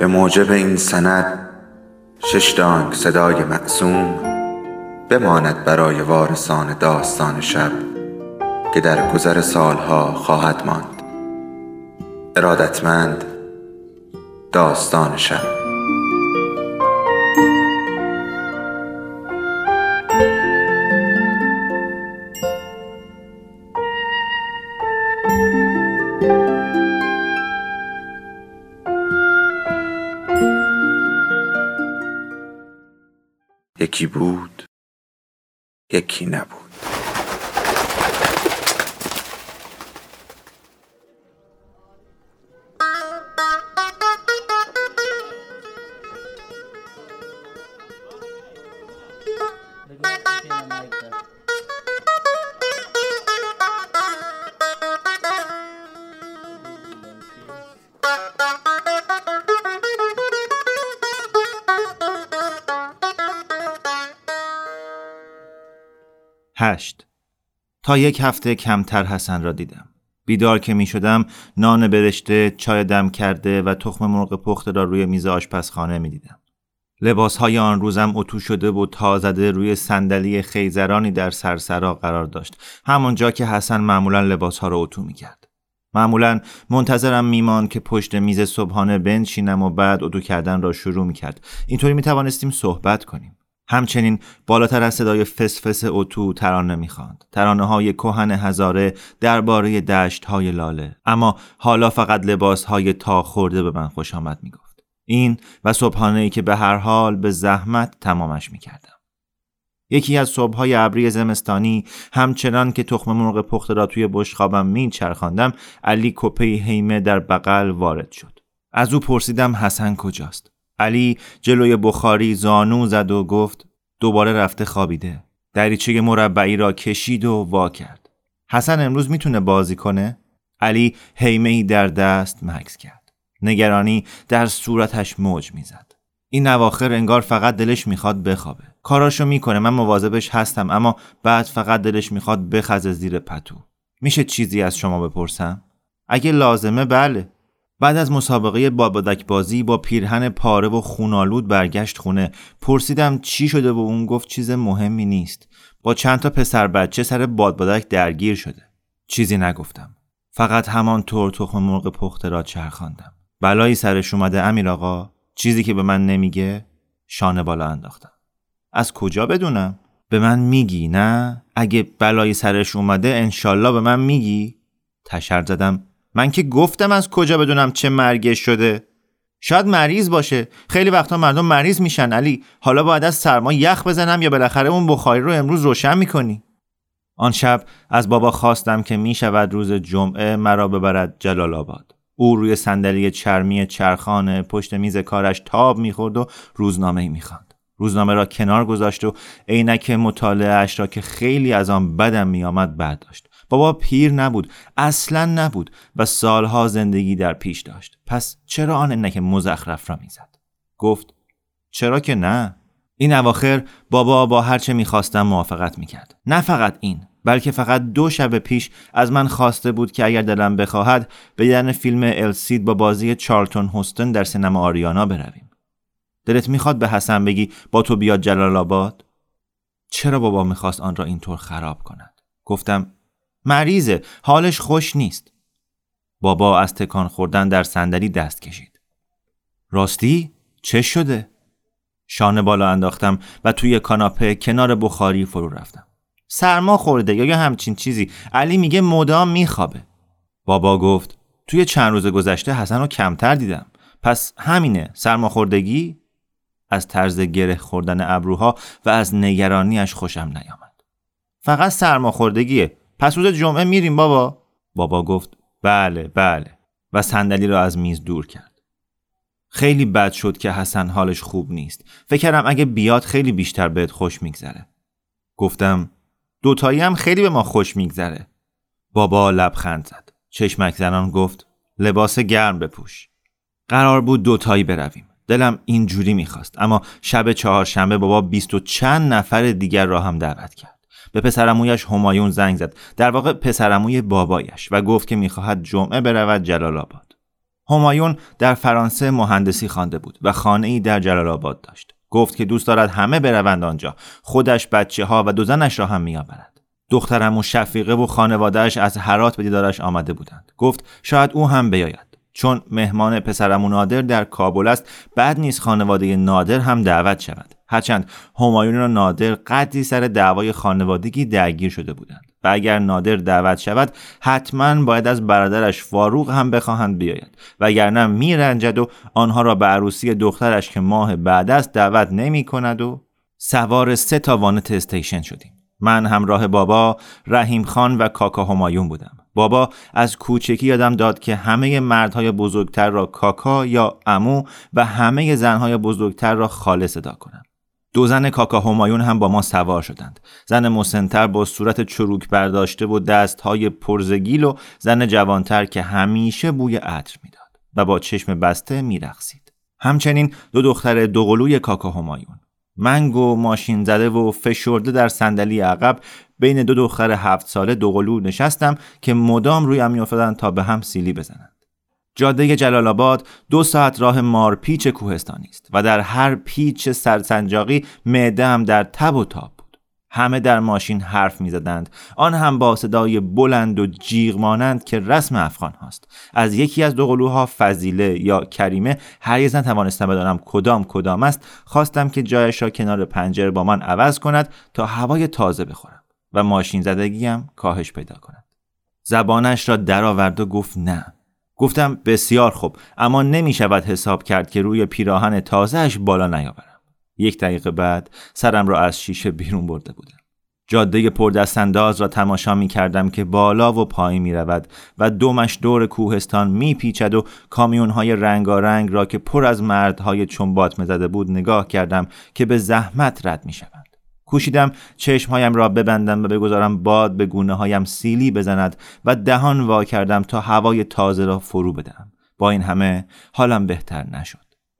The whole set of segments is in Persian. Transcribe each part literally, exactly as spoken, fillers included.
به موجب این سند شش دانگ صدای معصوم بماند برای وارثان داستان شب که در گذر سالها خواهد ماند. ارادتمند، داستان شب. یکی بود، یکی نبود. هشت. تا یک هفته کمتر حسن را دیدم. بیدار که می شدم نان برشته، چای دم کرده و تخم مرغ پخته را روی میز آشپزخانه می دیدم. لباسهای آن روزم اتو شده و تا زده روی صندلی خیزرانی در سرسرا قرار داشت، همون جا که حسن معمولا لباسها را اتو می کرد. معمولا منتظرم میمان که پشت میز صبحانه بنشینم و بعد اتو کردن را شروع می کرد. اینطوری می توانستیم صحبت کنیم. همچنین بالاتر از صدای فسفس اتو ترانه می‌خواند، ترانه های کهن هزاره درباره دشت های لاله. اما حالا فقط لباس های تا خورده به من خوش آمد میگفت. این و صبحانه‌ای که به هر حال به زحمت تمامش میکردم. یکی از صبح‌های ابری زمستانی، همچنان که تخم مرغ پخته را توی بشقابم میچرخاندم، علی کپه هیمه در بغل وارد شد. از او پرسیدم حسن کجاست؟ علی جلوی بخاری زانو زد و گفت دوباره رفته خوابیده. دریچه مربعی را کشید و وا کرد. حسن امروز میتونه بازی کنه؟ علی هیمه‌ای در دست مکث کرد. نگرانی در صورتش موج میزد. این اواخر انگار فقط دلش میخواد بخوابه. کاراشو میکنه، من مواظبش هستم، اما بعد فقط دلش میخواد بخزه زیر پتو. میشه چیزی از شما بپرسم؟ اگه لازمه بله. بعد از مسابقه بادبادک بازی با پیرهن پاره و خونالود برگشت خونه. پرسیدم چی شده و اون گفت چیز مهمی نیست. با چند تا پسر بچه سر بادبادک درگیر شده. چیزی نگفتم. فقط همانطور تخم مرغ پخته را چرخاندم. بلایی سرش اومده امیر آقا؟ چیزی که به من نمیگه؟ شانه بالا انداختم. از کجا بدونم؟ به من میگی نه؟ اگه بلایی سرش اومده انشالله به من میگی؟ تشر زدم. من که گفتم از کجا بدونم چه مرگش شده؟ شاید مریض باشه. خیلی وقتا مردم مریض میشن علی. حالا باید از سرما یخ بزنم یا بالاخره اون بخاری رو امروز روشن میکنی؟ آن شب از بابا خواستم که میشود روز جمعه مرا ببرد جلال آباد. او روی صندلی چرمی چرخانه پشت میز کارش تاب میخورد و روزنامه میخواند. روزنامه را کنار گذاشت و عینک مطالعه اش را که خیلی از آن بدم میآمد برداشت. بابا پیر نبود، اصلا نبود و سالها زندگی در پیش داشت. پس چرا آن عینک مزخرف را میزد؟ گفت چرا که نه. این اواخر بابا با هر چه میخواستم موافقت میکرد. نه فقط این، بلکه فقط دو شب پیش از من خواسته بود که اگر دلم بخواهد به دیدن فیلم السید با بازی چارلتون هستن در سینما آریانا برویم. دلت میخواد به حسن بگی با تو بیاد جلال آباد؟ چرا بابا میخواست آن را اینطور خراب کند؟ گفتم مریضه، حالش خوش نیست. بابا از تکان خوردن در صندلی دست کشید. راستی؟ چه شده؟ شانه بالا انداختم و توی کاناپه کنار بخاری فرو رفتم. سرما خورده یا همچین چیزی. علی میگه مدام میخوابه. بابا گفت توی چند روز گذشته حسن رو کمتر دیدم. پس همینه، سرماخوردگی؟ از طرز گره خوردن ابروها و از نگرانیش خوشم نیامد. فقط سرماخوردگیه. پس روز جمعه میریم بابا؟ بابا گفت بله بله و صندلی را از میز دور کرد. خیلی بد شد که حسن حالش خوب نیست. فکر کردم اگه بیاد خیلی بیشتر بهت خوش میگذره. گفتم دوتایی هم خیلی به ما خوش میگذره. بابا لبخند زد. چشمک زنان گفت لباس گرم بپوش. قرار بود دوتایی برویم. دلم اینجوری میخواست، اما شب چهارشنبه بابا بیست و چند نفر دیگر را هم دعوت کرد. به پسرعمویش همایون زنگ زد، در واقع پسرعموی بابایش، و گفت که میخواهد جمعه برود جلال آباد. همایون در فرانسه مهندسی خوانده بود و خانه‌ای در جلال آباد داشت. گفت که دوست دارد همه بروند آنجا، خودش، بچه‌ها و دو زنش را هم می‌آورد. دخترعمو شفیقه و خانواده‌اش از هرات به دیدارش آمده بودند. گفت شاید او هم بیاید. چون مهمان پسرعمو نادر در کابل است، بد نیست خانواده نادر هم دعوت شود. هرچند همایون و نادر قدری سر دعوای خانوادگی درگیر شده بودند و اگر نادر دعوت شود حتما باید از برادرش فاروق هم بخواهند بیاید، وگرنه میرنجد و آنها را به عروسی دخترش که ماه بعد است دعوت نمی کند. و سوار سه تا وانت استیشن شدیم. من همراه بابا، رحیم خان و کاکا همایون بودم. بابا از کوچکی یادم داد که همه مردهای بزرگتر را کاکا یا عمو و همه زنهای بزرگتر را خاله صدا کنم. دو زن کاکا همایون هم با ما سوار شدند. زن مسن‌تر با صورت چروک برداشته و دستهای پرزگیل و زن جوانتر که همیشه بوی عطر میداد و با چشم بسته میرقصید. همچنین دو دختر دوقلوی کاکا همایون. من و ماشین زده و فشرده در صندلی عقب بین دو دختر هفت ساله دوقلو نشستم که مدام رویم میافتادند تا به هم سیلی بزنند. جاده جلال آباد دو ساعت راه مارپیچ کوهستانی است و در هر پیچ سرسنجاقی معده هم در تب و تاب بود. همه در ماشین حرف می زدند، آن هم با صدای بلند و جیغ مانند که رسم افغان هاست. از یکی از دوقلوها، فضیله یا کریمه، هرگز نتوانستم بدانم کدام کدام است، خواستم که جایش را کنار پنجره با من عوض کند تا هوای تازه بخورم و ماشین زدگیم کاهش پیدا کند. زبانش را درآورد و گفت نه. گفتم بسیار خوب، اما نمی شود حساب کرد که روی پیراهن تازهش بالا نیاورم. یک دقیقه بعد سرم را از شیشه بیرون برده بودم. جاده پردستانداز را تماشا می کردم که بالا و پایین می رود و دومش دور کوهستان می پیچد و کامیون های رنگارنگ را که پر از مردهای چون باطمه زده بود نگاه کردم که به زحمت رد می شوند. کوشیدم چشمهایم را ببندم و بگذارم باد به گونه هایم سیلی بزند و دهان وا کردم تا هوای تازه را فرو بدم. با این همه حالم بهتر نشد.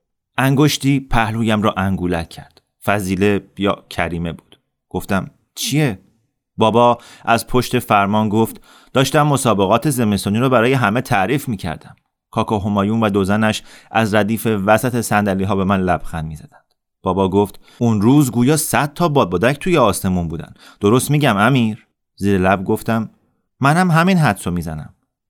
انگشتی پهلویم را انگولک کرد. فضیله یا کریمه بود. گفتم چیه؟ بابا از پشت فرمان گفت داشتم مسابقات زمستانی رو برای همه تعریف می کردم. کاکا همایون و دو زنش از ردیف وسط صندلی ها به من لبخند می زدند. بابا گفت اون روز گویا صد تا بادبادک توی آسمون بودن. درست میگم امیر؟ زیر لب گفتم منم همین حدسو میزنم.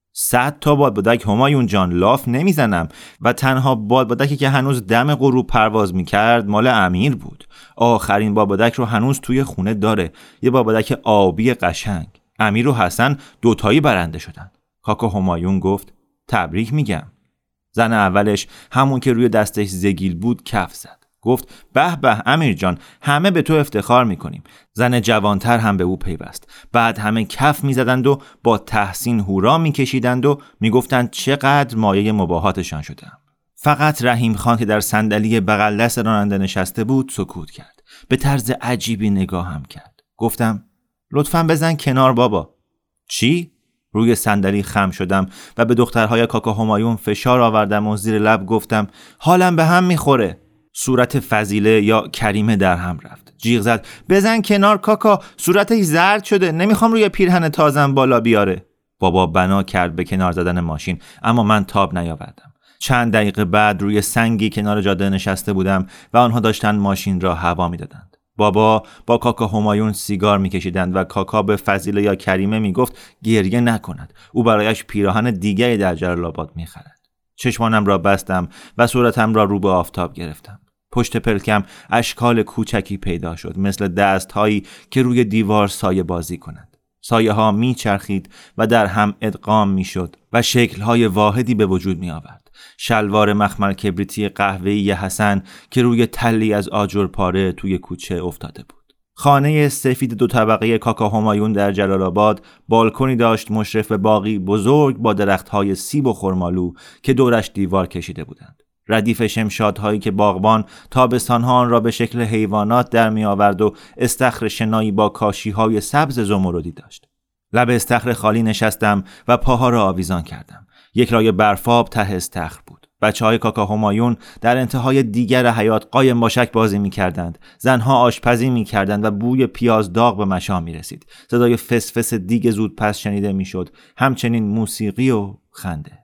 صد تا بادبادک همایون جان، لاف نمیزنم. و تنها بادبادکی که هنوز دم غروب پرواز میکرد مال امیر بود. آخرین بادبادک رو هنوز توی خونه داره، یه بادبادک آبی قشنگ. امیر و حسن دوتایی برنده شدن. کاکا همایون گفت تبریک میگم. زن اولش، همون که روی دستش زگیل بود، کف زد. گفت به به امیر جان، همه به تو افتخار میکنیم. زن جوانتر هم به او پیوست. بعد همه کف میزدند و با تحسین هورا میکشیدند و میگفتند چقدر مایه مباهاتشان شدم. فقط رحیم خان که در صندلی بغل دست راننده نشسته بود سکوت کرد. به طرز عجیبی نگاهم کرد. گفتم لطفاً بزن کنار بابا. چی؟ روی صندلی خم شدم و به دخترهای کاکا همایون فشار آوردم و زیر لب گفتم حالم به هم میخوره. صورت فضیله یا کریمه در هم رفت. جیغ زد بزن کنار کاکا، صورتش زرد شده، نمیخوام روی پیرهن تازم بالا بیاره. بابا بنا کرد به کنار زدن ماشین، اما من تاب نیاوردم. چند دقیقه بعد روی سنگی کنار جاده نشسته بودم و آنها داشتن ماشین را هوا میدادند. بابا با کاکا همایون سیگار میکشیدند و کاکا به فضیله یا کریمه میگفت گریه نکند، او برایش پیراهن دیگری در جلال آباد میخرد. چشمانم را بستم و صورتم را رو به آفتاب گرفتم. پشت پلکم اشکال کوچکی پیدا شد، مثل دست‌هایی که روی دیوار سایه بازی کنند. سایه ها می چرخید و در هم ادغام می شد و شکل‌های واحدی به وجود می آورد. شلوار مخمل کبریتی قهوه‌ای حسن که روی تلی از آجر پاره توی کوچه افتاده بود. خانه سفید دو طبقه کاکا همایون در جلال آباد بالکنی داشت مشرف به باغی بزرگ با درخت‌های سیب و خرمالو که دورش دیوار کشیده بودند. ردیف شمشادهایی که باغبان تابستانها آن را به شکل حیوانات در می آورد و استخر شنایی با کاشی‌های سبز زمردی داشت. لب استخر خالی نشستم و پاها را آویزان کردم. یک لایه برفاب ته استخر بود. بچه‌های کاکا همایون در انتهای دیگر حیاط قایم باشک بازی می‌کردند. زنها آشپزی می‌کردند و بوی پیاز داغ به مشام می‌رسید. صدای فسفس دیگ زود پس شنیده می‌شد. همچنین موسیقی و خنده.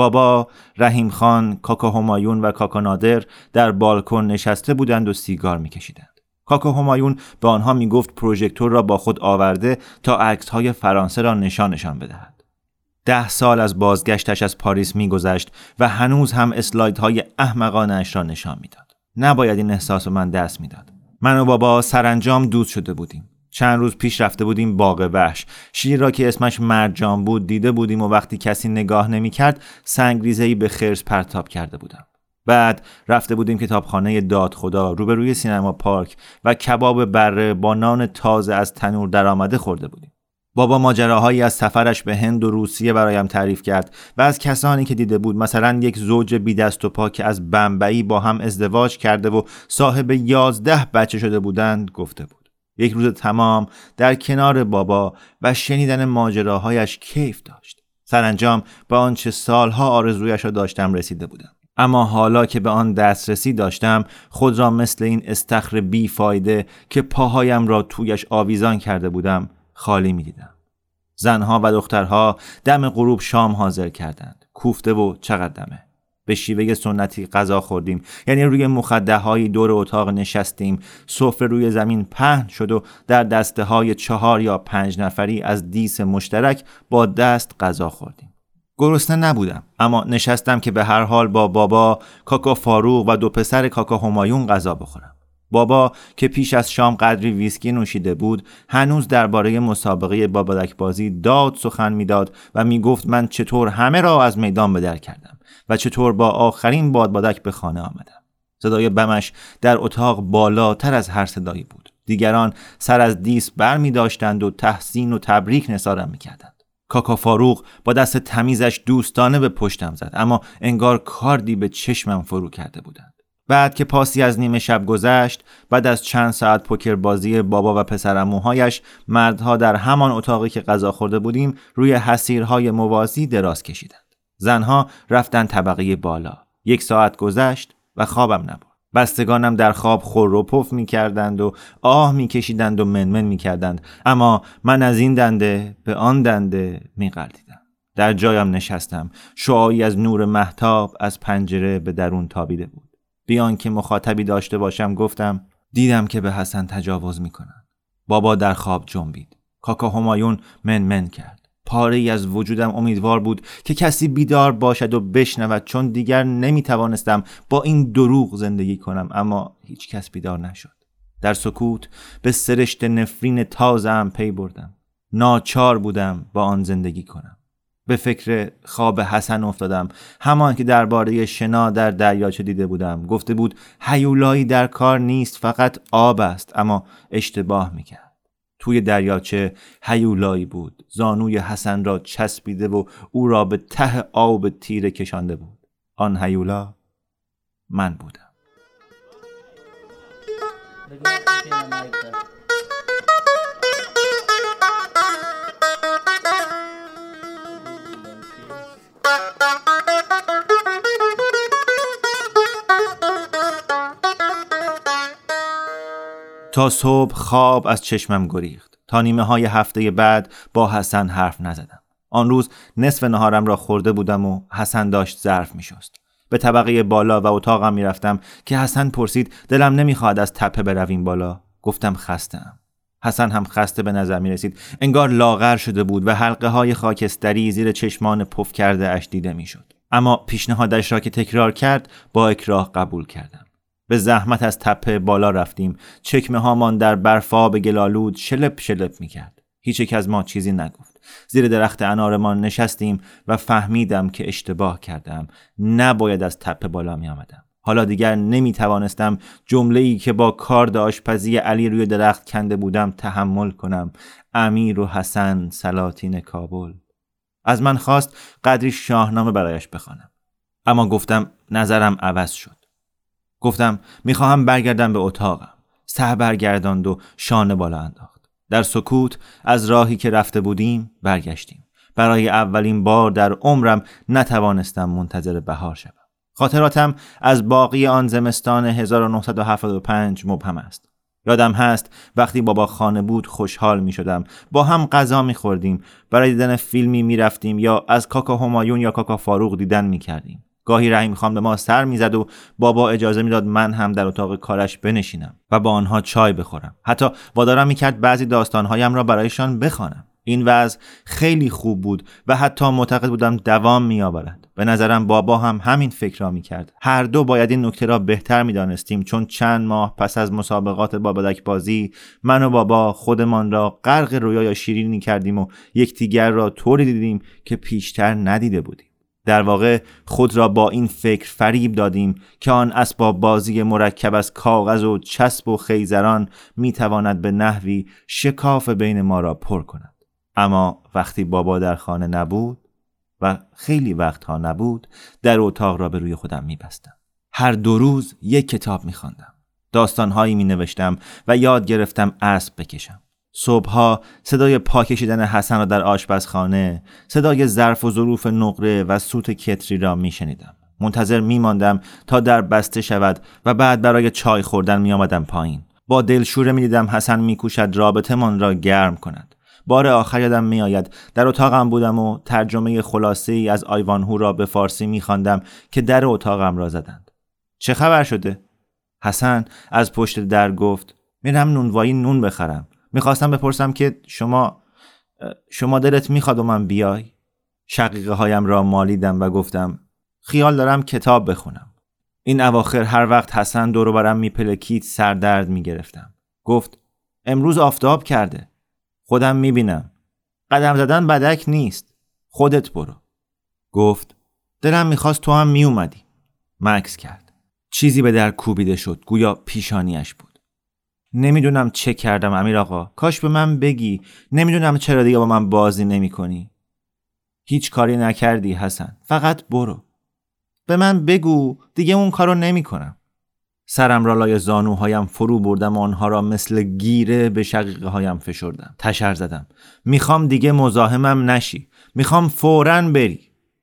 بابا، رحیم خان، کاکا همایون و کاکا نادر در بالکن نشسته بودند و سیگار میکشیدند. کاکا همایون به آنها میگفت پروژکتور را با خود آورده تا عکس‌های فرانسه را نشانشان بدهد. ده سال از بازگشتش از پاریس میگذشت و هنوز هم اسلایدهای احمقانه اش را نشان میداد. نباید این احساس من دست میداد. من و بابا سرانجام دوست شده بودیم. چند روز پیش رفته بودیم باغ وحش. شیر را که اسمش مرجان بود دیده بودیم و وقتی کسی نگاه نمی‌کرد سنگریزه‌ای به خرس پرتاب کرده بودم. بعد رفته بودیم کتابخانه داد خدا روبروی سینما پارک و کباب بره با نان تازه از تنور درآمده خورده بودیم. بابا ماجراهایی از سفرش به هند و روسیه برایم تعریف کرد و از کسانی که دیده بود، مثلا یک زوج بی دست و پا که از بمبئی با هم ازدواج کرده و صاحب یازده بچه شده بودند گفته بود. یک روز تمام در کنار بابا و شنیدن ماجراهایش کیف داشت. سرانجام به آنچه سالها آرزویش را داشتم رسیده بودم. اما حالا که به آن دسترسی داشتم خود را مثل این استخر بی فایده که پاهایم را تویش آویزان کرده بودم خالی می دیدم. زنها و دخترها دم غروب شام حاضر کردند. کوفته و چقدر دمه. به شیوه سنتی غذا خوردیم، یعنی روی مخده‌های دور اتاق نشستیم. سفره روی زمین پهن شد و در دسته های چهار یا پنج نفری از دیس مشترک با دست غذا خوردیم. گرسنه نبودم، اما نشستم که به هر حال با بابا، کاکا فاروق و دو پسر کاکا همایون غذا بخورم. بابا که پیش از شام قدری ویسکی نوشیده بود هنوز درباره مسابقه بابادک بازی داد سخن میداد و میگفت من چطور همه را از میدان به در کردم و چطور با آخرین بادبادک به خانه آمدم. صدای بمش در اتاق بالاتر از هر صدایی بود. دیگران سر از دیس بر می داشتند و تحسین و تبریک نثارم می کردند. کاکا فاروق با دست تمیزش دوستانه به پشتم زد، اما انگار کاردی به چشمم فرو کرده بودند. بعد که پاسی از نیمه شب گذشت، بعد از چند ساعت پوکر بازی بابا و پسرعموهایش، مردها در همان اتاقی که غذا خورده بودیم روی حصیرهای موازی دراز کشیدند. زنها رفتن طبقه بالا. یک ساعت گذشت و خوابم نبرد. بستگانم در خواب خور و پف می کردند و آه می کشیدند و منمن می کردند، اما من از این دنده به آن دنده می غلطیدم. در جایم نشستم. شعاعی از نور مهتاب از پنجره به درون تابیده بود. بیان که مخاطبی داشته باشم گفتم دیدم که به حسن تجاوز می کنند. بابا در خواب جنبید. کاکا همایون منمن کرد. پاره ای از وجودم امیدوار بود که کسی بیدار باشد و بشنود، چون دیگر نمی توانستم با این دروغ زندگی کنم، اما هیچ کس بیدار نشد. در سکوت به سرشت نفرین تازه‌ام پی بردم. ناچار بودم با آن زندگی کنم. به فکر خواب حسن افتادم، همان که درباره شنا در دریاچه دیده بودم. گفته بود هیولایی در کار نیست، فقط آب است، اما اشتباه میکرد. توی دریاچه هیولایی بود، زانوی حسن را چسبیده و او را به ته آب تیره کشانده بود. آن هیولا من بودم. تا صبح خواب از چشمم گریخت. تا نیمه های هفته بعد با حسن حرف نزدم. آن روز نصف نهارم را خورده بودم و حسن داشت ظرف می شست. به طبقه بالا و اتاقم می رفتم که حسن پرسید دلم نمی خواهد از تپه برویم بالا. گفتم خسته‌ام. حسن هم خسته به نظر می رسید. انگار لاغر شده بود و حلقه های خاکستری زیر چشمان پف کرده اش دیده می شد. اما پیشنهادش را که تکرار کرد با اکراه قبول کردم. به زحمت از تپه بالا رفتیم. چکمه هامان در برفاب گلالود شلپ شلپ می کرد. هیچ یک از ما چیزی نگفت. زیر درخت انارمان نشستیم و فهمیدم که اشتباه کردم. نباید از تپه بالا می آمدم. حالا دیگر نمی توانستم جمله‌ای که با کارد آشپزی علی روی درخت کنده بودم تحمل کنم. امیر و حسن سلاطین کابل. از من خواست قدری شاهنامه برایش بخوانم. اما گفتم نظرم عوض شد. گفتم میخواهم برگردم به اتاقم. سر برگرداند و شانه بالا انداخت. در سکوت از راهی که رفته بودیم برگشتیم. برای اولین بار در عمرم نتوانستم منتظر بهار شوم. خاطراتم از باقی آن زمستان هزار و نهصد و هفتاد و پنج مبهم است. یادم هست وقتی بابا خانه بود خوشحال می شدم. با هم غذا می خوردیم، برای دیدن فیلمی می رفتیم یا از کاکا همایون یا کاکا فاروق دیدن می کردیم. گاهی رحیم خان به ما سر می زد و بابا اجازه می داد من هم در اتاق کارش بنشینم و با آنها چای بخورم. حتی وادارم می کرد بعضی داستانهایم را برایشان بخوانم. این وضع خیلی خوب بود و حتی معتقد بودم دوام می آورد. به نظرم بابا هم همین فکر را می کرد. هر دو باید این نکته را بهتر می دانستیم، چون چند ماه پس از مسابقات بابدک بازی من و بابا خودمان را غرق رویای شیرینی کردیم و یکدیگر را طوری دیدیم که پیشتر ندیده بودیم. در واقع خود را با این فکر فریب دادیم که آن اسباب بازی مرکب از کاغذ و چسب و خیزران می تواند به نحوی شکاف بین ما را پر کند. اما وقتی بابا در خانه نبود و خیلی وقتها نبود، در اتاق را به روی خودم می بستم. هر دو روز یک کتاب می خواندم. داستانهایی می نوشتم و یاد گرفتم اسب بکشم. صبحها صدای پا کشیدن حسن را در آشپزخانه، صدای ظرف و ظروف نقره و سوت کتری را می شنیدم. منتظر می ماندم تا در بسته شود و بعد برای چای خوردن می آمدم پایین. با دلشوره می دیدم حسن می کوشد رابطه من را گرم کند. بار آخر یادم می آید در اتاقم بودم و ترجمه خلاصه ای از آیوانهو را به فارسی می خواندم که در اتاقم را زدند. چه خبر شده؟ حسن از پشت در گفت میرم نونوایی نون بخرم. میخواستم بپرسم که شما شما دلت میخواد و من بیای؟ شقیقه هایم را مالیدم و گفتم خیال دارم کتاب بخونم. این اواخر هر وقت حسن دور برم میپلکید سردرد میگرفتم. گفت امروز آفتاب کرده. خودم میبینم. قدم زدن بدک نیست. خودت برو. گفت دلم میخواست تو هم میومدی. مکث کرد. چیزی به در کوبیده شد، گویا پیشانیش بود. نمیدونم چه کردم امیر آقا، کاش به من بگی. نمیدونم چرا دیگه با من بازی نمی کنی. هیچ کاری نکردی حسن، فقط برو. به من بگو دیگه اون کارو نمی کنم. سرم را لای زانوهایم فرو بردم و آنها را مثل گیره به شقیقه هایم فشردم. تشر زدم. میخوام دیگه مزاحمم نشی. میخوام فوراً بری.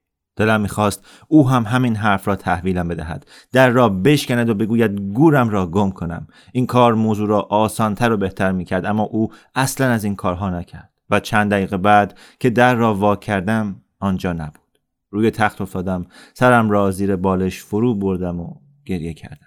دلم میخواست او هم همین حرف را تحویلم بدهد، در را بشکند و بگوید گورم را گم کنم. این کار موضوع را آسانتر و بهتر میکرد، اما او اصلا از این کارها نکرد و چند دقیقه بعد که در را وا کردم آنجا نبود. روی تخت افتادم، سرم را زیر بالش فرو بردم و گریه کردم.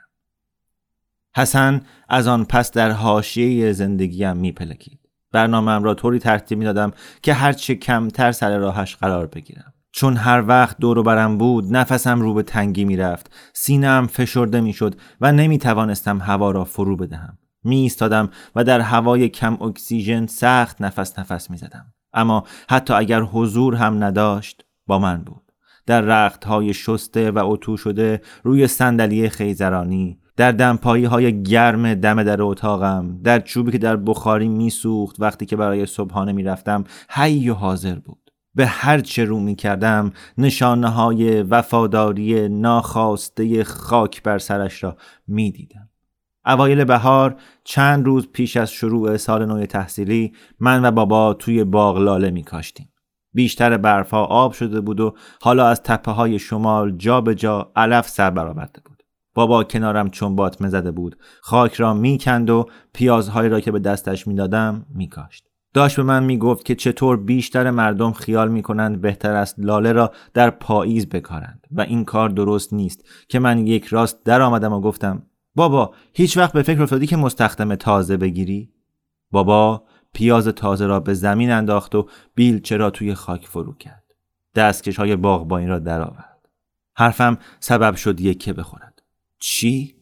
حسن از آن پس در حاشیه زندگیم میپلکید. برنامه‌ام را طوری ترتیب میدادم که هرچه کمتر سر راهش قرار بگیرم. چون هر وقت دور و برم بود نفسم رو به تنگی می رفت، سینه‌ام فشرده می شد و نمی توانستم هوا را فرو بدهم. می ایستادم و در هوای کم اکسیژن سخت نفس نفس می زدم. اما حتی اگر حضور هم نداشت با من بود. در رختهای شسته و اتو شده روی صندلی خیزرانی، در دمپایی های گرم دم در اتاقم، در چوبی که در بخاری می سوخت وقتی که برای صبحانه می رفتم، حی و حاضر بود. به هر چه رو می کردم نشانه های وفاداری ناخواسته خاک بر سرش را می دیدم. اوایل بهار چند روز پیش از شروع سال نو تحصیلی من و بابا توی باغ لاله می کاشتیم. بیشتر برفها آب شده بود و حالا از تپه های شمال جا به جا علف سر برآورده بود. بابا کنارم چنباتمه زده بود، خاک را می کند و پیازهایی را که به دستش می دادم می کاشت. داشت به من می گفت که چطور بیشتر مردم خیال می کنند بهتر است لاله را در پاییز بکارند و این کار درست نیست، که من یک راست در آمدم و گفتم بابا هیچ وقت به فکر افتادی که مستخدم تازه بگیری؟ بابا پیاز تازه را به زمین انداخت و بیلچه را توی خاک فرو کرد. دستکش های باغبانی را در آورد. حرفم سبب شد یکه بخورد. چی؟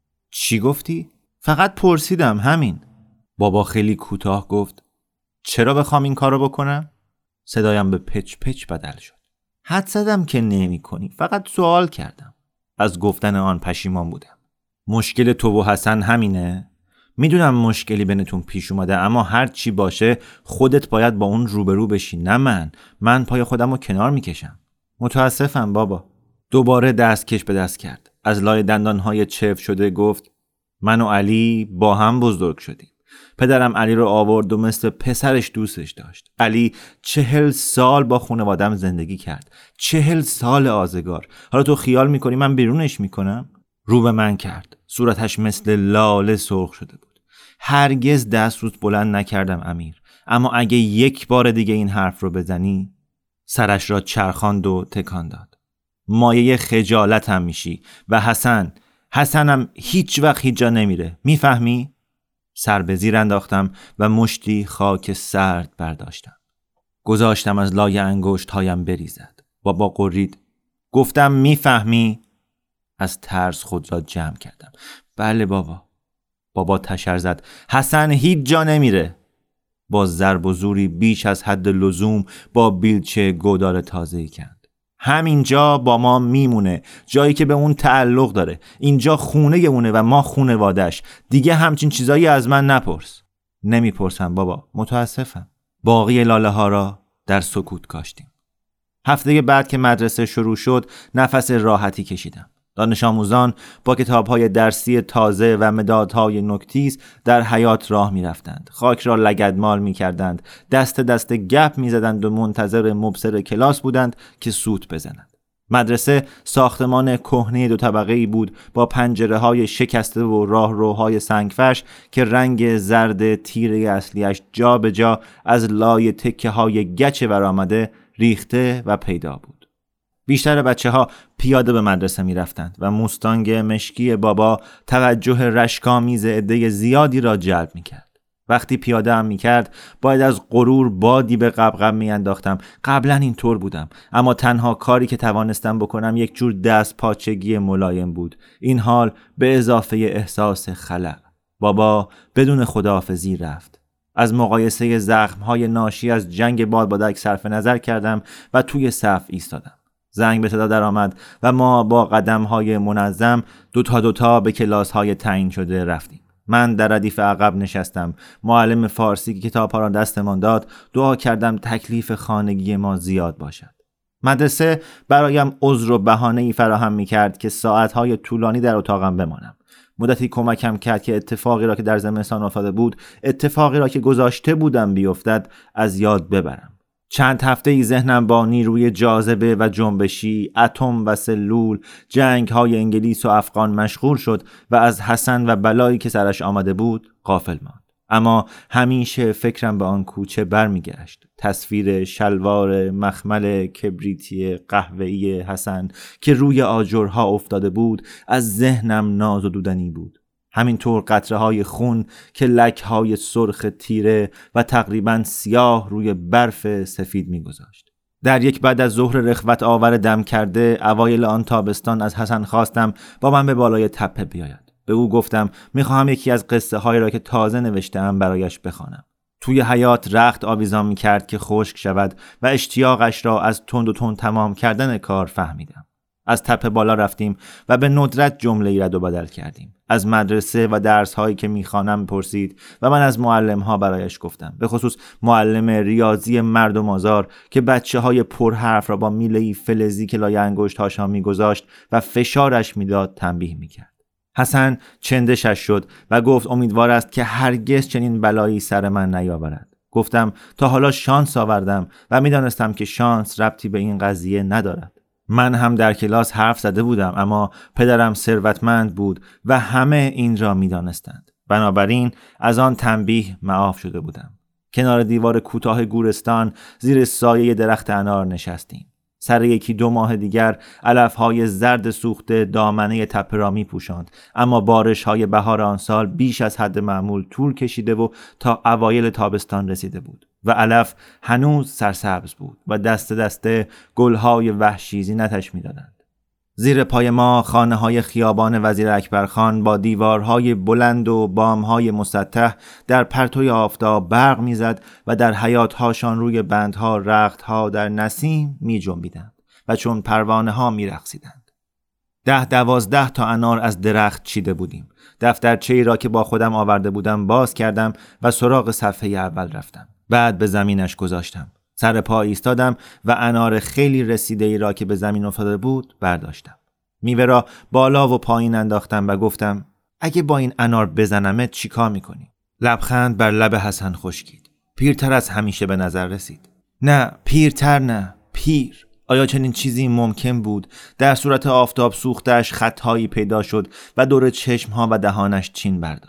چی گفتی؟ فقط پرسیدم، همین. بابا خیلی کوتاه گفت چرا بخوام این کارو بکنم؟ صدایم به پچ پچ بدل شد. حد زدم که نمی کنی، فقط سوال کردم. از گفتن آن پشیمان بودم. مشکل تو و حسن همینه؟ میدونم مشکلی بینتون پیش اومده، اما هر چی باشه خودت باید با اون روبرو بشی، نه من. من پای خودم رو کنار میکشم. متاسفم بابا. دوباره دستکش به دست کرد. از لای دندانهای چفت شده گفت من و علی با هم بزرگ شدیم. پدرم علی رو آورد و مثل پسرش دوستش داشت. علی چهل سال با خانواده‌ام زندگی کرد. چهل سال آزگار. حالا تو خیال میکنی من بیرونش میکنم؟ رو به من کرد. صورتش مثل لاله سرخ شده بود. هرگز دست روت بلند نکردم امیر، اما اگه یک بار دیگه این حرف رو بزنی. سرش را چرخاند و تکان داد. مایه خجالت هم میشی و حسن حسنم هیچ وقت هیچ جا نمیره، میفهمی؟ سر به زیر انداختم و مشتی خاک سرد برداشتم. گذاشتم از لای انگشت هایم بریزد. بابا قرید. گفتم میفهمی؟ از ترس خود را جمع کردم. بله بابا. بابا تشر زد. حسن هیچ جا نمیره. با ضرب و زوری بیش از حد لزوم با بیلچه گودال تازه‌ای کند. همینجا با ما میمونه، جایی که به اون تعلق داره. اینجا خونه اونه و ما خونوادش. دیگه همچین چیزایی از من نپرس. نمیپرسم بابا، متاسفم. باقی لاله ها را در سکوت کاشتیم. هفته بعد که مدرسه شروع شد نفس راحتی کشیدم. دانش آموزان با کتاب‌های درسی تازه و مدادهای نوک‌تیز در حیاط راه می‌رفتند. خاک را لگدمال می‌کردند، دست دست گپ می‌زدند و منتظر مبصر کلاس بودند که سوت بزنند. مدرسه ساختمان کهنه دو طبقه‌ای بود با پنجره‌های شکسته و راهروهای سنگفرش که رنگ زرد تیره اصلیش جا به جا از لای تکه‌های گچ برآمده ریخته و پیدا بود. بیشتر بچه ها پیاده به مدرسه می رفتند و موستانگ مشکی بابا توجه رشکامیز عده زیادی را جلب می کرد. وقتی پیاده هم می کرد باید از غرور بادی به قبقب می انداختم. قبلا اینطور بودم، اما تنها کاری که توانستم بکنم یک جور دست پاچگی ملایم بود. این حال به اضافه احساس خلأ. بابا بدون خداحافظی رفت. از مقایسه زخم‌های ناشی از جنگ بادبادک صرف نظر کردم و توی صف ایستادم. زنگ به صدا در آمد و ما با قدم‌های منظم دوتا دوتا به کلاس‌های تعیین شده رفتیم. من در ردیف عقب نشستم. معلم فارسی که کتاب‌ها را دستمان داد دعا کردم تکلیف خانگی ما زیاد باشد. مدرسه برایم عذر و بهانه‌ای فراهم می‌کرد که ساعت‌های طولانی در اتاقم بمانم. مدتی کمکم کرد که اتفاقی را که در زمستان افتاده بود، اتفاقی را که گذاشته بودم بیفتد، از یاد ببرم. چند هفته ای ذهنم با نیروی جاذبه و جنبشی، اتم و سلول، جنگ های انگلیس و افغان مشغول شد و از حسن و بلایی که سرش آمده بود غافل ماند. اما همیشه فکرم به آن کوچه برمیگشت. تصویر شلوار مخمل کبریتی قهوه‌ای حسن که روی آجرها افتاده بود از ذهنم نازدودنی بود. همینطور قطره های خون که لک های سرخ تیره و تقریبا سیاه روی برف سفید می گذاشت. در یک بعد از ظهر رخوت آور دم کرده اوایل آن تابستان از حسن خواستم با من به بالای تپه بیاید. به او گفتم میخواهم یکی از قصه هایی را که تازه نوشته‌ام برایش بخوانم. توی حیاط رخت آویزان می کرد که خشک شود و اشتیاقش را از تند و تند تمام کردن کار فهمیدم. از تپه بالا رفتیم و به ندرت جمله‌ای رد و بدل کردیم. از مدرسه و درس‌هایی که می‌خوانم پرسید و من از معلم‌ها برایش گفتم. به خصوص معلم ریاضی مردم آزار که بچه‌های پرحرف را با میله‌ای فلزی که لای انگشت‌هاش می‌گذاشت و فشارش می‌داد تنبیه می‌کرد. حسن چندشش شد و گفت امیدوار است که هرگز چنین بلایی سر من نیاورد. گفتم تا حالا شانس آوردم و می‌دانستم که شانس ربطی به این قضیه ندارد. من هم در کلاس حرف زده بودم، اما پدرم ثروتمند بود و همه این را می دانستند. بنابراین از آن تنبیه معاف شده بودم. کنار دیوار کوتاه گورستان زیر سایه درخت انار نشستیم. سر یکی دو ماه دیگر علفهای زرد سوخته دامنه تپه را می پوشاند، اما بارش‌های بهار آن سال بیش از حد معمول طول کشیده و تا اوایل تابستان رسیده بود و علف هنوز سرسبز بود و دست دسته گلهای وحشی زینتش می دادند. زیر پای ما خانه‌های خیابان وزیر اکبرخان با دیوارهای بلند و بامهای مسطح در پرتوی آفتاب برق می‌زد و در حیاط‌هاشان روی بندها رخت‌ها در نسیم می‌جنبیدند و چون پروانه‌ها می‌رقصیدند. ده دوازده تا انار از درخت چیده بودیم. دفترچه‌ای را که با خودم آورده بودم باز کردم و سراغ صفحه اول رفتم. بعد به زمینش گذاشتم. سر پا ایستادم و انار خیلی رسیده‌ای را که به زمین افتاده بود برداشتم. میوه را بالا و پایین انداختم و گفتم اگه با این انار بزنمت چی کار میکنی؟ لبخند بر لب حسن خشکید. پیرتر از همیشه به نظر رسید. نه، پیرتر نه، پیر. آیا چنین چیزی ممکن بود؟ در صورت آفتاب سوختش خطهایی پیدا شد و دور چشمها و دهانش چین برداشت.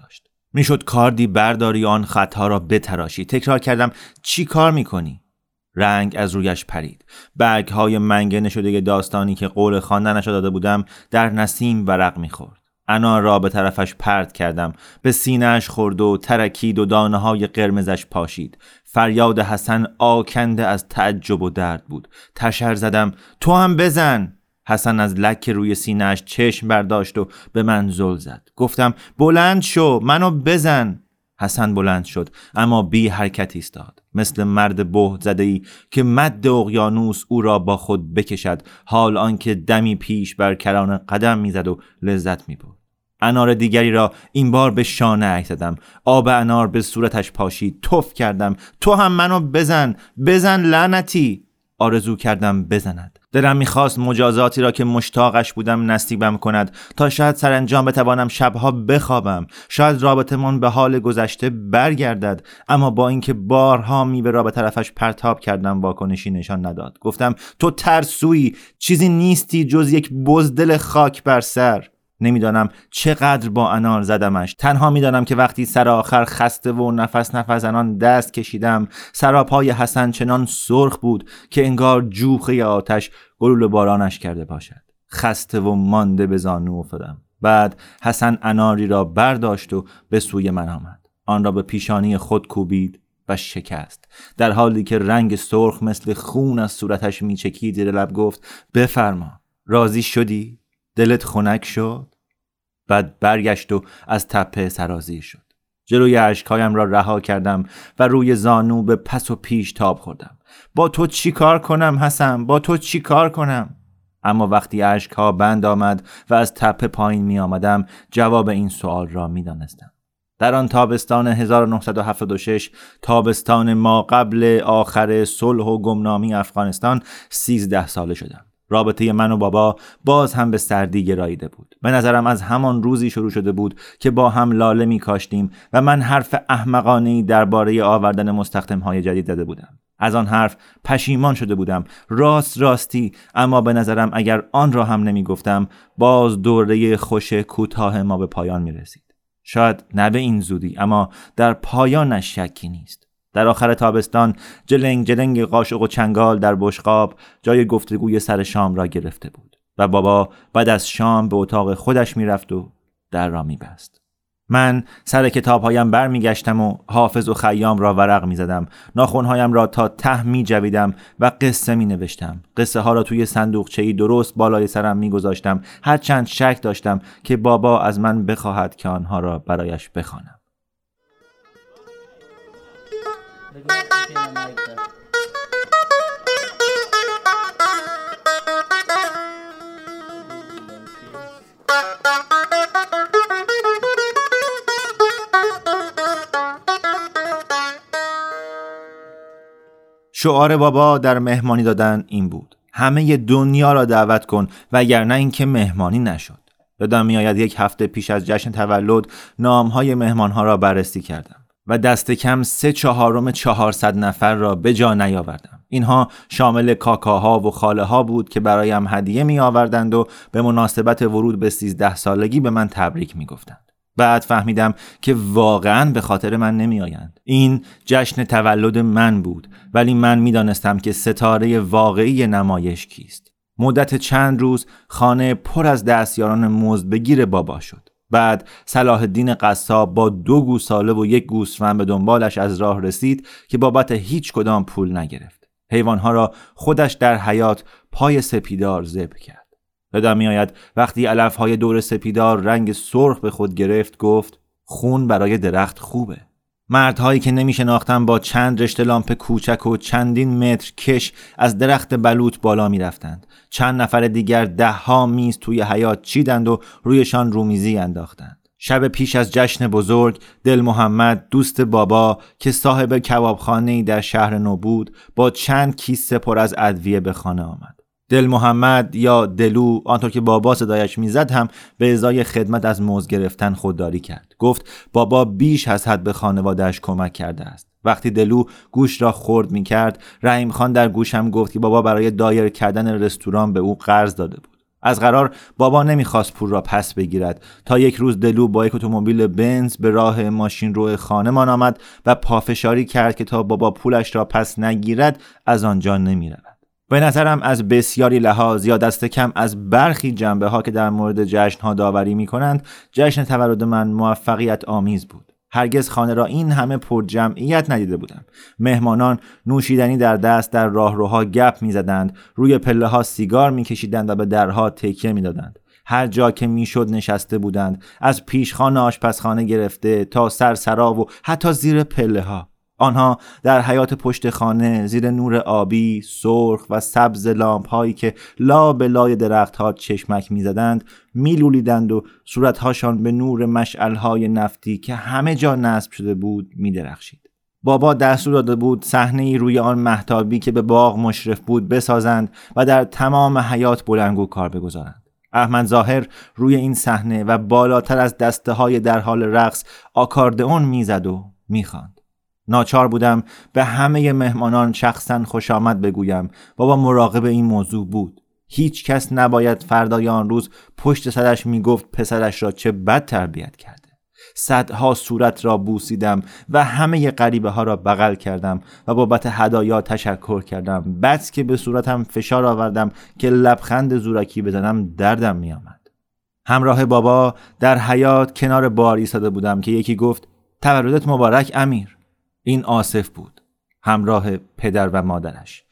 میشد کاردی برداری آن خطها را بتراشی. تکرار کردم چی کار میکنی؟ رنگ از رویش پرید. برگ‌های منگنه شده داستانی که قول خواندنش داده بودم در نسیم ورق میخورد. انار را به طرفش پرت کردم. به سینه‌اش خورد و ترکید و دانه‌های قرمزش پاشید. فریاد حسن آکنده از تعجب و درد بود. تشر زدم تو هم بزن. حسن از لک روی سینه‌اش چشم برداشت و به من زل زد. گفتم بلند شو، منو بزن. حسن بلند شد اما بی حرکت ایستاد، مثل مرد بهت زده‌ای که مد اقیانوس او را با خود بکشد، حال آنکه دمی پیش بر کرانه قدم میزد و لذت میبرد. انار دیگری را این بار به شانه زدم. آب انار به صورتش پاشید. تف کردم تو هم منو بزن، بزن لعنتی. آرزو کردم بزند. دلم میخواست مجازاتی را که مشتاقش بودم نصیبم کند تا شاید سرانجام بتوانم شبها بخوابم، شاید رابطمون به حال گذشته برگردد. اما با اینکه بارها میوه را به طرفش پرتاب کردم واکنشی نشان نداد. گفتم تو ترسویی، چیزی نیستی جز یک بزدل خاک بر سر. نمیدانم چقدر با انار زدمش. تنها میدانم که وقتی سر آخر خسته و نفس نفس زنان دست کشیدم، سراپای حسن چنان سرخ بود که انگار جوخه آتش گلوله بارانش کرده باشد. خسته و مانده به زانو افتادم. بعد حسن اناری را برداشت و به سوی من آمد. آن را به پیشانی خود کوبید و شکست. در حالی که رنگ سرخ مثل خون از صورتش میچکید زیر لب گفت بفرما. راضی شدی؟ دلت خنک شد؟ بعد برگشت و از تپه سرازیر شد. جلوی اشکهایم را رها کردم و روی زانو به پس و پیش تاب خوردم. با تو چی کار کنم حسن؟ با تو چی کار کنم؟ اما وقتی اشکها بند آمد و از تپه پایین می آمدم جواب این سوال را می دانستم. در آن تابستان هزار و نهصد و هفتاد و شش، تابستان ما قبل آخر صلح و گمنامی افغانستان، سیزده ساله شدم. رابطه من و بابا باز هم به سردی گراییده بود. به نظرم از همان روزی شروع شده بود که با هم لاله می کاشتیم و من حرف احمقانه‌ای درباره آوردن مستخدم‌های جدید زده بودم. از آن حرف پشیمان شده بودم، راست راستی. اما به نظرم اگر آن را هم نمی گفتم باز دوره خوش کوتاه ما به پایان می رسید. شاید نه به این زودی، اما در پایانش شکی نیست. در آخر تابستان جلنگ جلنگ قاشق و چنگال در بشقاب جای گفتگوی سر شام را گرفته بود و بابا بعد از شام به اتاق خودش می رفت و در را می بست. من سر کتابهایم بر می گشتم و حافظ و خیام را ورق می زدم. ناخنهایم را تا ته می جویدم و قصه می نوشتم. قصه ها را توی صندوقچه‌ای درست بالای سرم می گذاشتم، هرچند شک داشتم که بابا از من بخواهد که آنها را برایش بخوانم. شعار بابا در مهمانی دادن این بود: همه دنیا را دعوت کن وگرنه اینکه مهمانی نشد. یادم میآید یک هفته پیش از جشن تولد نامهای مهمانها را بررسی کردم و دست کم سه چهارم چهارصد نفر را به جا نیاوردم. اینها شامل کاکاها و خاله ها بود که برایم هدیه می آوردند و به مناسبت ورود به سیزده سالگی به من تبریک می گفتند. بعد فهمیدم که واقعاً به خاطر من نمی آیند. این جشن تولد من بود، ولی من می دانستم که ستاره واقعی نمایش کیست. مدت چند روز خانه پر از دستیاران مزدبگیر بابا شد. بعد صلاح الدین قصاب با دو گوساله و یک گوسفند به دنبالش از راه رسید که بابت هیچ کدام پول نگرفت. حیوانها را خودش در حیاط پای سپیدار ذبح کرد. یادم میآید وقتی علفهای دور سپیدار رنگ سرخ به خود گرفت گفت خون برای درخت خوبه. مردهایی که نمی شناختم با چند رشته لامپ کوچک و چندین متر کش از درخت بلوط بالا می رفتند. چند نفر دیگر ده ها میز توی حیاط چیدند و رویشان رومیزی انداختند. شب پیش از جشن بزرگ دل محمد دوست بابا که صاحب کبابخانه‌ای در شهر نو بود با چند کیسه پر از ادویه به خانه آمد. دل محمد یا دلو، آنطور که بابا صدایش میزد، هم به ازای خدمت از موز گرفتن خودداری کرد. گفت بابا بیش از حد به خانواده‌اش کمک کرده است. وقتی دلو گوش را خرد می‌کرد، رحیم خان در گوشم گفت که بابا برای دایر کردن رستوران به او قرض داده بود. از قرار بابا نمیخواست پول را پس بگیرد تا یک روز دلو با یک اتومبیل بنز به راه ماشین رو خانه‌مان آمد و پافشاری کرد که تا بابا پولش را پس نگیرد از آنجا نمیرود. به نظرم از بسیاری لحاظ یا دست کم از برخی جنبه ها که در مورد جشن ها داوری می کنند، جشن تولد من موفقیت آمیز بود. هرگز خانه را این همه پر جمعیت ندیده بودم. مهمانان نوشیدنی در دست در راهروها گپ می زدند، روی پله ها سیگار می کشیدند و به درها تکیه می دادند. هر جا که می شد نشسته بودند، از پیشخانه آشپزخانه گرفته تا سر سرا و حتی زیر پله ها. آنها در حیاط پشت خانه زیر نور آبی، سرخ و سبز لامپ هایی که لا به لای درخت ها چشمک می زدند می لولیدند و صورتهاشان به نور مشعل های نفتی که همه جا نصب شده بود می درخشید. بابا دستور داده بود صحنه‌ای روی آن مهتابی که به باغ مشرف بود بسازند و در تمام حیاط بلندگو کار بگذارند. احمد ظاهر روی این صحنه و بالاتر از دسته های در حال رقص آکاردئون می زد و می خواند. ناچار بودم به همه مهمانان شخصا خوش آمد بگویم. بابا مراقب این موضوع بود. هیچ کس نباید فردای آن روز پشت سرش میگفت پسرش را چه بد تربیت کرده. صدها صورت را بوسیدم و همه غریبه ها را بغل کردم و بابت هدایا تشکر کردم. بس که به صورتم فشار آوردم که لبخند زورکی بزنم دردم می آمد. همراه بابا در حیاط کنار بار ایستاده بودم که یکی گفت تولدت مبارک امیر. این آصف بود، همراه پدر و مادرش.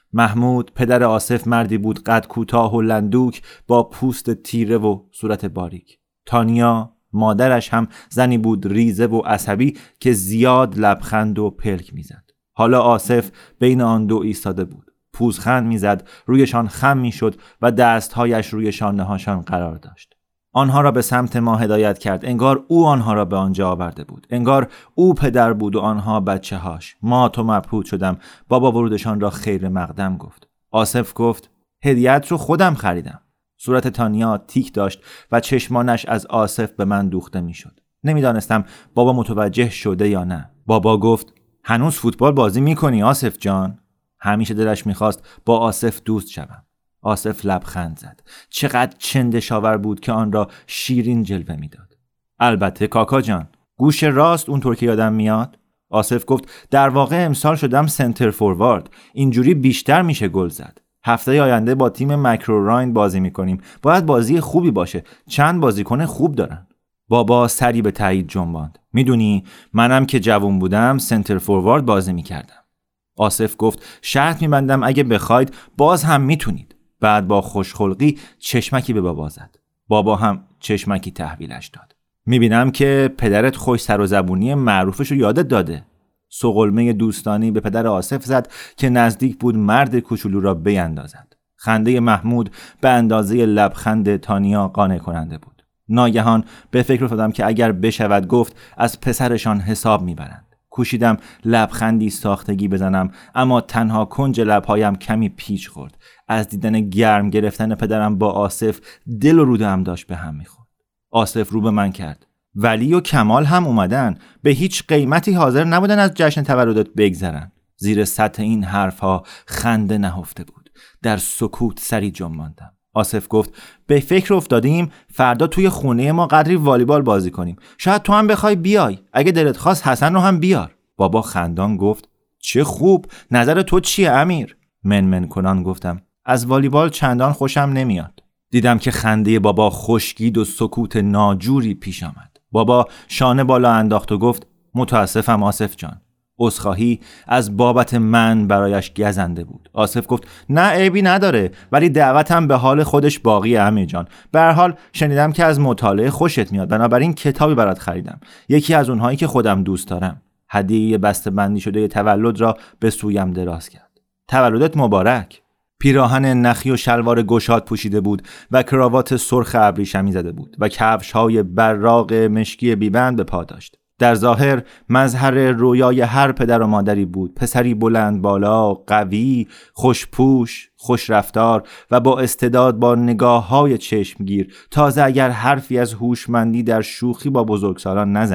محمود پدر آصف مردی بود قد کوتاه و لندوک با پوست تیره و صورت باریک. تانیا مادرش هم زنی بود ریزه و عصبی که زیاد لبخند و پلک میزد. حالا آصف بین آن دو ایستاده بود. پوزخند میزد، رویشان خم میشد و دستهایش روی شانه هاشان قرار داشت. آنها را به سمت ما هدایت کرد. انگار او آنها را به آنجا آورده بود. انگار او پدر بود و آنها بچه هاش. ما تو مبهوت شدم. بابا ورودشان را خیر مقدم گفت. آصف گفت هدیه‌ات رو خودم خریدم. صورت تانیا تیک داشت و چشمانش از آصف به من دوخته می شد. نمیدانستم بابا متوجه شده یا نه. بابا گفت هنوز فوتبال بازی می کنی آصف جان؟ همیشه دلش می خواست با آصف دوست شوم. آصف لبخند زد. چقدر چندشاور بود که آن را شیرین جلوه میداد. البته کاکا جان، گوش راست اونطور که یادم میاد. آصف گفت در واقع امسال شدم سنتر فوروارد. اینجوری بیشتر میشه گل زد. هفته آینده با تیم مکروراین بازی میکنیم. باید بازی خوبی باشه. چند بازیکن خوب دارن. بابا سری به تایید جنباند. میدونی منم که جوان بودم سنتر فوروارد بازی میکردم. آصف گفت شرط میبندم اگه بخواید باز هم میتونید. بعد با خوشخلقی چشمکی به بابا زد. بابا هم چشمکی تحویلش داد. میبینم که پدرت خوش سر و زبونی معروفش رو یادت داده. سقلمه دوستانی به پدر آصف زد که نزدیک بود مرد کوچولو را بیندازد. خنده محمود به اندازه لبخند تانیا قانع کننده بود. ناگهان به فکر افتادم که اگر بشود گفت از پسرشان حساب میبرند. کوشیدم لبخندی ساختگی بزنم اما تنها کنج لبهایم کمی پیچ خورد. از دیدن گرم گرفتن پدرم با آصف دل و روده‌ام داشت به هم میخورد. آصف رو به من کرد. ولی و کمال هم اومدن. به هیچ قیمتی حاضر نبودن از جشن تولدت بگذرن. زیر سطح این حرفها خنده نهفته بود. در سکوت سری جنباندم. آصف گفت به فکر افتادیم فردا توی خونه ما قدری والیبال بازی کنیم. شاید تو هم بخوای بیای. اگه دلت خواست حسن رو هم بیار. بابا خندان گفت چه خوب. نظر تو چیه امیر؟ من من کنان گفتم از والیبال چندان خوشم نمیاد. دیدم که خنده بابا خشکید و سکوت ناجوری پیش آمد. بابا شانه بالا انداخت و گفت متاسفم آصف جان. عذرخواهی از بابت من برایش گزنده بود. آصف گفت نه عیبی نداره، ولی دعوتم به حال خودش باقیه امیر جان. به هر حال شنیدم که از مطالعه خوشت میاد، بنابراین کتابی برات خریدم. یکی از اونهایی که خودم دوست دارم. هدیه بسته بندی شده تولد را به سویم دراز کرد. تولدت مبارک. پیراهن نخی و شلوار گشاد پوشیده بود و کراوات سرخ ابریشمی زده بود و کفش‌های براق مشکی بیبند به پا داشت. در ظاهر مظهر رویای هر پدر و مادری بود. پسری بلند بالا، قوی، خوشپوش، خوش رفتار و با استعداد با نگاه‌های چشمگیر. تازه اگر حرفی از هوشمندی در شوخی با بزرگسالان نزنیم.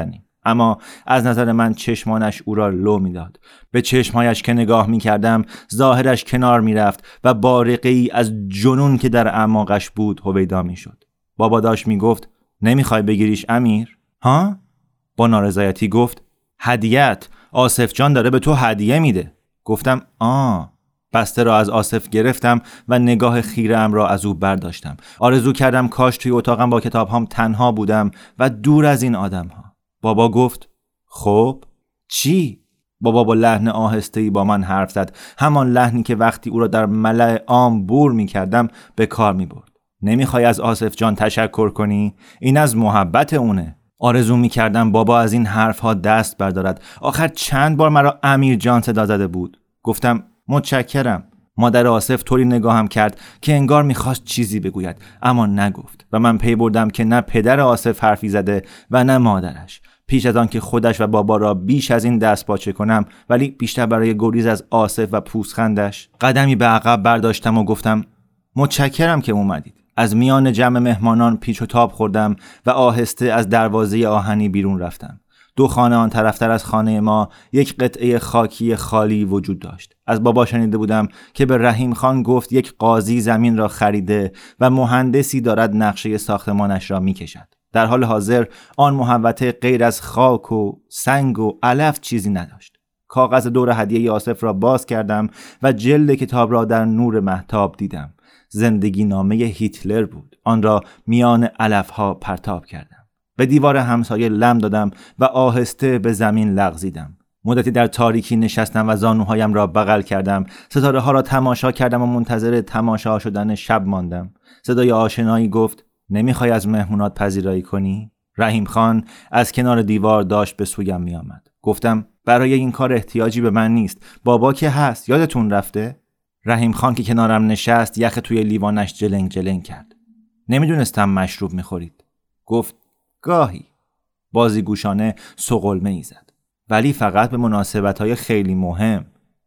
اما از نظر من چشمانش او را لو میداد. به چشمهایش که نگاه میکردم ظاهرش کنار میرفت و بارقه‌ای از جنون که در اعماقش بود هویدا میشد. بابا داشت میگفت نمیخوای بگیریش امیر؟ ها؟ با نارضایتی گفت هدیه‌ات، آصف جان داره به تو هدیه میده. گفتم آه. بسته را از آصف گرفتم و نگاه خیره‌ام را از او برداشتم. آرزو کردم کاش توی اتاقم با کتابهام تنها بودم و دور از این آدمها. بابا گفت خب چی؟ بابا با لحن آهسته‌ای با من حرف زد، همان لحنی که وقتی او را در ملأ عام بور می‌کردم به کار می‌برد. نمی‌خوای از آصف جان تشکر کنی؟ این از محبت اونه. آرزو می‌کردم بابا از این حرف‌ها دست بردارد. آخر چند بار مرا امیر جان صدا زده بود. گفتم متشکرم. مادر آصف طوری نگاهم کرد که انگار می‌خواست چیزی بگوید اما نگفت و من پی بردم که نه پدر آصف حرفی زده و نه مادرش. پیش از آن که خودش و بابا را بیش از این دست پاچه کنم، ولی بیشتر برای گریز از آصف و پوزخندش، قدمی به عقب برداشتم و گفتم متشکرم که اومدید. از میان جمع مهمانان پیچ و تاب خوردم و آهسته از دروازه آهنی بیرون رفتم. دو خانه آن طرفتر از خانه ما یک قطعه خاکی خالی وجود داشت. از بابا شنیده بودم که به رحیم خان گفت یک قاضی زمین را خریده و مهندسی دارد نقشه ساختمانش را می‌کشد. در حال حاضر آن محوطه غیر از خاک و سنگ و علف چیزی نداشت. کاغذ دور هدیه آصف را باز کردم و جلد کتاب را در نور مهتاب دیدم. زندگی نامه هیتلر بود. آن را میان علفها پرتاب کردم. به دیوار همسایه لم دادم و آهسته به زمین لغزیدم. مدتی در تاریکی نشستم و زانوهایم را بغل کردم. ستاره ها را تماشا کردم و منتظر تماشا شدن شب ماندم. صدای آشنایی گفت نمیخوای از مهمونات پذیرایی کنی؟ رحیم خان از کنار دیوار داشت به سویم می آمد. گفتم برای این کار احتیاجی به من نیست. بابا که هست، یادتون رفته؟ رحیم خان که کنارم نشست یخ توی لیوانش جلنگ جلنگ کرد. نمیدونستم مشروب میخورید. گفت گاهی. بازی گوشانه سقلمه ای زد. ولی فقط به مناسبت‌های خیلی مهم.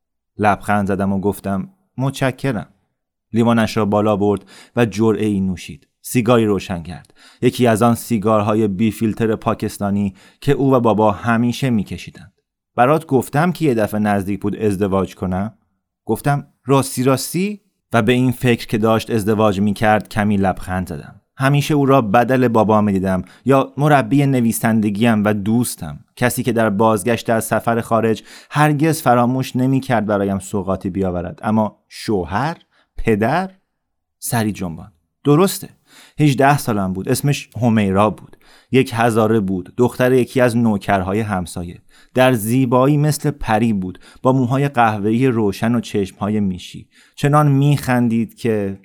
لبخند زدم و گفتم متشکرم. لیوانش را بالا برد و جرعه ای نوشید. سیگاری روشن کرد. یکی از آن سیگارهای بی فیلتر پاکستانی که او و بابا همیشه میکشیدند. برات گفتم که یه دفعه نزدیک بود ازدواج کنم. گفتم راستی راستی و به این فکر که داشت ازدواج میکرد کمی لبخند زدم. همیشه او را بدل بابا میدیدم یا مربی نویسندگیم و دوستم، کسی که در بازگشت از سفر خارج هرگز فراموش نمیکرد برایم سوغاتی بیاورد. اما شوهر، پدر، سری جنبان. درسته. هجده سالم بود. اسمش همیرا بود. یک هزاره بود. دختر یکی از نوکرهای همسایه. در زیبایی مثل پری بود، با موهای قهوه‌ای روشن و چشمهای میشی. چنان میخندید که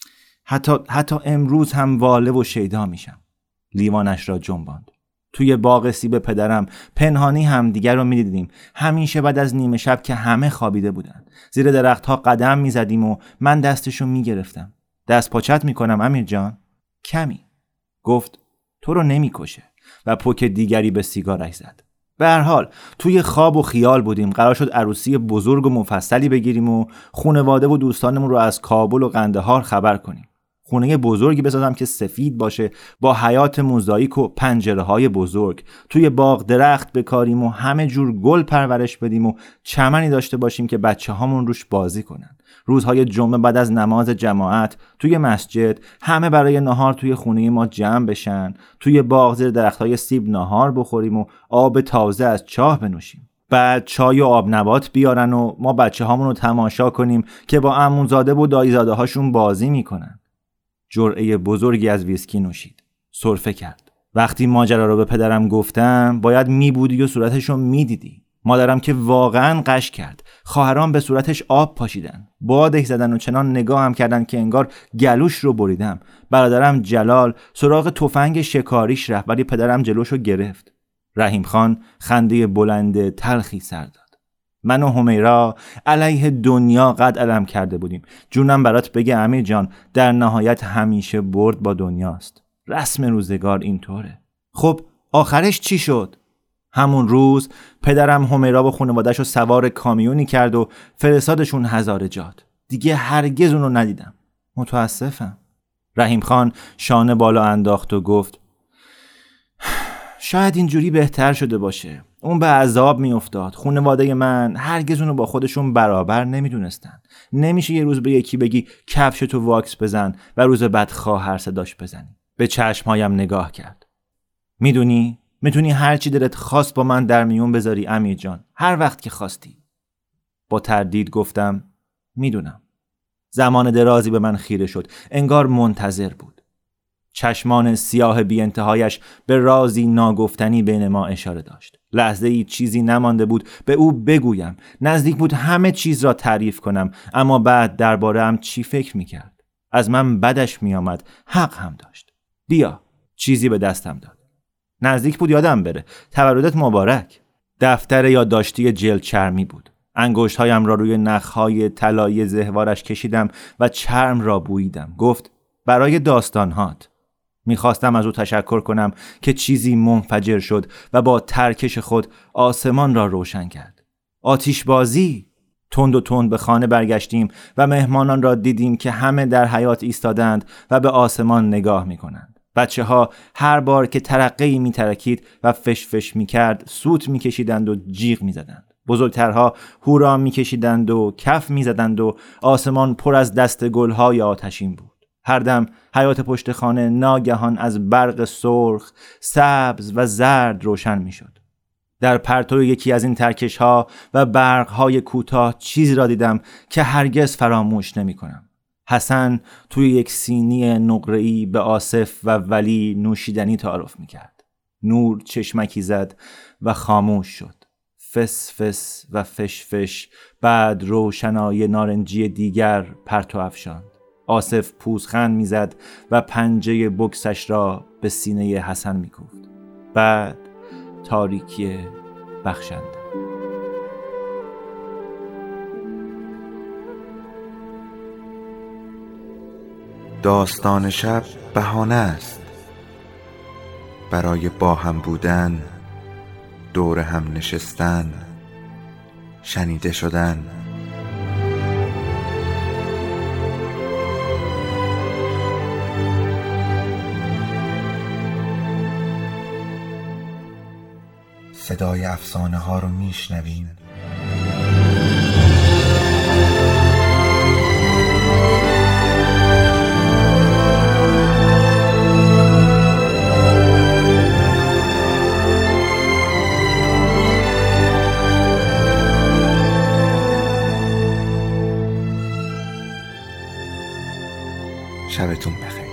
حتی حتی امروز هم واله و شیدا میشم. لیوانش را جنباند. توی باغ سیب پدرم پنهانی هم دیگر رو میدیدیم. همیشه بعد از نیمه شب که همه خوابیده بودن، زیر درختها قدم میزدیم و من دستشو میگرفتم. دست پاچت میکنم امیر جان؟ کمی. گفت تو رو نمیکشه و پوک دیگری به سیگارش زد. به هر حال توی خواب و خیال بودیم. قرار شد عروسی بزرگ و مفصلی بگیریم و خانواده و دوستانمون رو از کابل و قندهار خبر کنیم. خونه بزرگی بسازم که سفید باشه، با حیاط موزاییک و پنجره‌های بزرگ. توی باغ درخت بکاریم و همه جور گل پرورش بدیم و چمنی داشته باشیم که بچه‌هامون روش بازی کنن. روزهای جمعه بعد از نماز جماعت توی مسجد همه برای نهار توی خونه ما جمع بشن. توی باغ زیر درخت‌های سیب نهار بخوریم و آب تازه از چاه بنوشیم. بعد چای و آب نبات بیارن و ما بچه‌هامون رو تماشا کنیم که با عموزاده و دایزاده هاشون بازی میکنن. جرعه بزرگی از ویسکی نوشید. سرفه کرد. وقتی ماجرا رو به پدرم گفتم باید میبودی و صورتشو میدیدی. مادرم که واقعا قش کرد. خواهرام به صورتش آب پاشیدن. بادش زدن و چنان نگاهم کردن که انگار گلوش رو بریدم. برادرم جلال سراغ تفنگ شکاریش رفت ولی پدرم جلوشو گرفت. رحیم خان خنده بلند تلخی سر داد. من و همیرا علیه دنیا قد علم کرده بودیم. جونم برات بگه امیر جان، در نهایت همیشه برد با دنیاست. رسم روزگار اینطوره. خب آخرش چی شد؟ همون روز پدرم همیرا و خانواده‌اش رو سوار کامیونی کرد و فرستادشون هزارجات. دیگه هرگز اونو ندیدم. متاسفم. رحیم خان شانه بالا انداخت و گفت شاید اینجوری بهتر شده باشه. اون به عذاب میافتاد. خانواده من هرگز اونو با خودشون برابر نمیدونستن. نمیشه یه روز به یکی بگی کفشتو واکس بزن و روز بعد خواهر صداش بزنی. به چشمهایم نگاه کرد. میدونی؟ میتونی هر چی دلت خواست با من در میون بذاری امیر جان، هر وقت که خواستی. با تردید گفتم میدونم. زمان درازی به من خیره شد، انگار منتظر بود. چشمان سیاه بی انتهایش به رازی ناگفتنی بین ما اشاره داشت. لحظه ای چیزی نمانده بود به او بگویم. نزدیک بود همه چیز را تعریف کنم، اما بعد درباره ام چی فکر میکرد؟ از من بدش میآمد، حق هم داشت. بیا، چیزی به دستم داد. نزدیک بود یادم بره. تولدت مبارک. دفتر یادداشتی جلد چرمی بود. انگشت‌هایم را روی نخ‌های طلایی زهوارش کشیدم و چرم را بوییدم. گفت برای داستان‌هات. میخواستم از او تشکر کنم که چیزی منفجر شد و با ترکش خود آسمان را روشن کرد. آتش بازی. تند و تند به خانه برگشتیم و مهمانان را دیدیم که همه در حیاط ایستادند و به آسمان نگاه میکنند. بچه ها هر بار که ترقه‌ای میترکید و فش فش میکرد سوت میکشیدند و جیغ میزدند. بزرگترها هورا میکشیدند و کف میزدند و آسمان پر از دست گلهای آتشین بود. هر دم حیاط پشت خانه ناگهان از برق سرخ، سبز و زرد روشن میشد. در پرتو یکی از این ترکش ها و برق های کوتاه چیزی را دیدم که هرگز فراموش نمی کنم. حسن توی یک سینی نقره‌ای به آصف و ولی نوشیدنی تعارف می کرد. نور چشمکی زد و خاموش شد. فس فس و فش فش. بعد روشنایی نارنجی دیگر پرتو افشاند. آصف پوزخند میزد و پنجه بکسش را به سینه حسن میکوفت. بعد تاریکی بخشنده. داستان شب بهانه است برای با هم بودن، دور هم نشستن، شنیده شدن. صدای افسانه ها رو میشنویم. شبتون بخیر.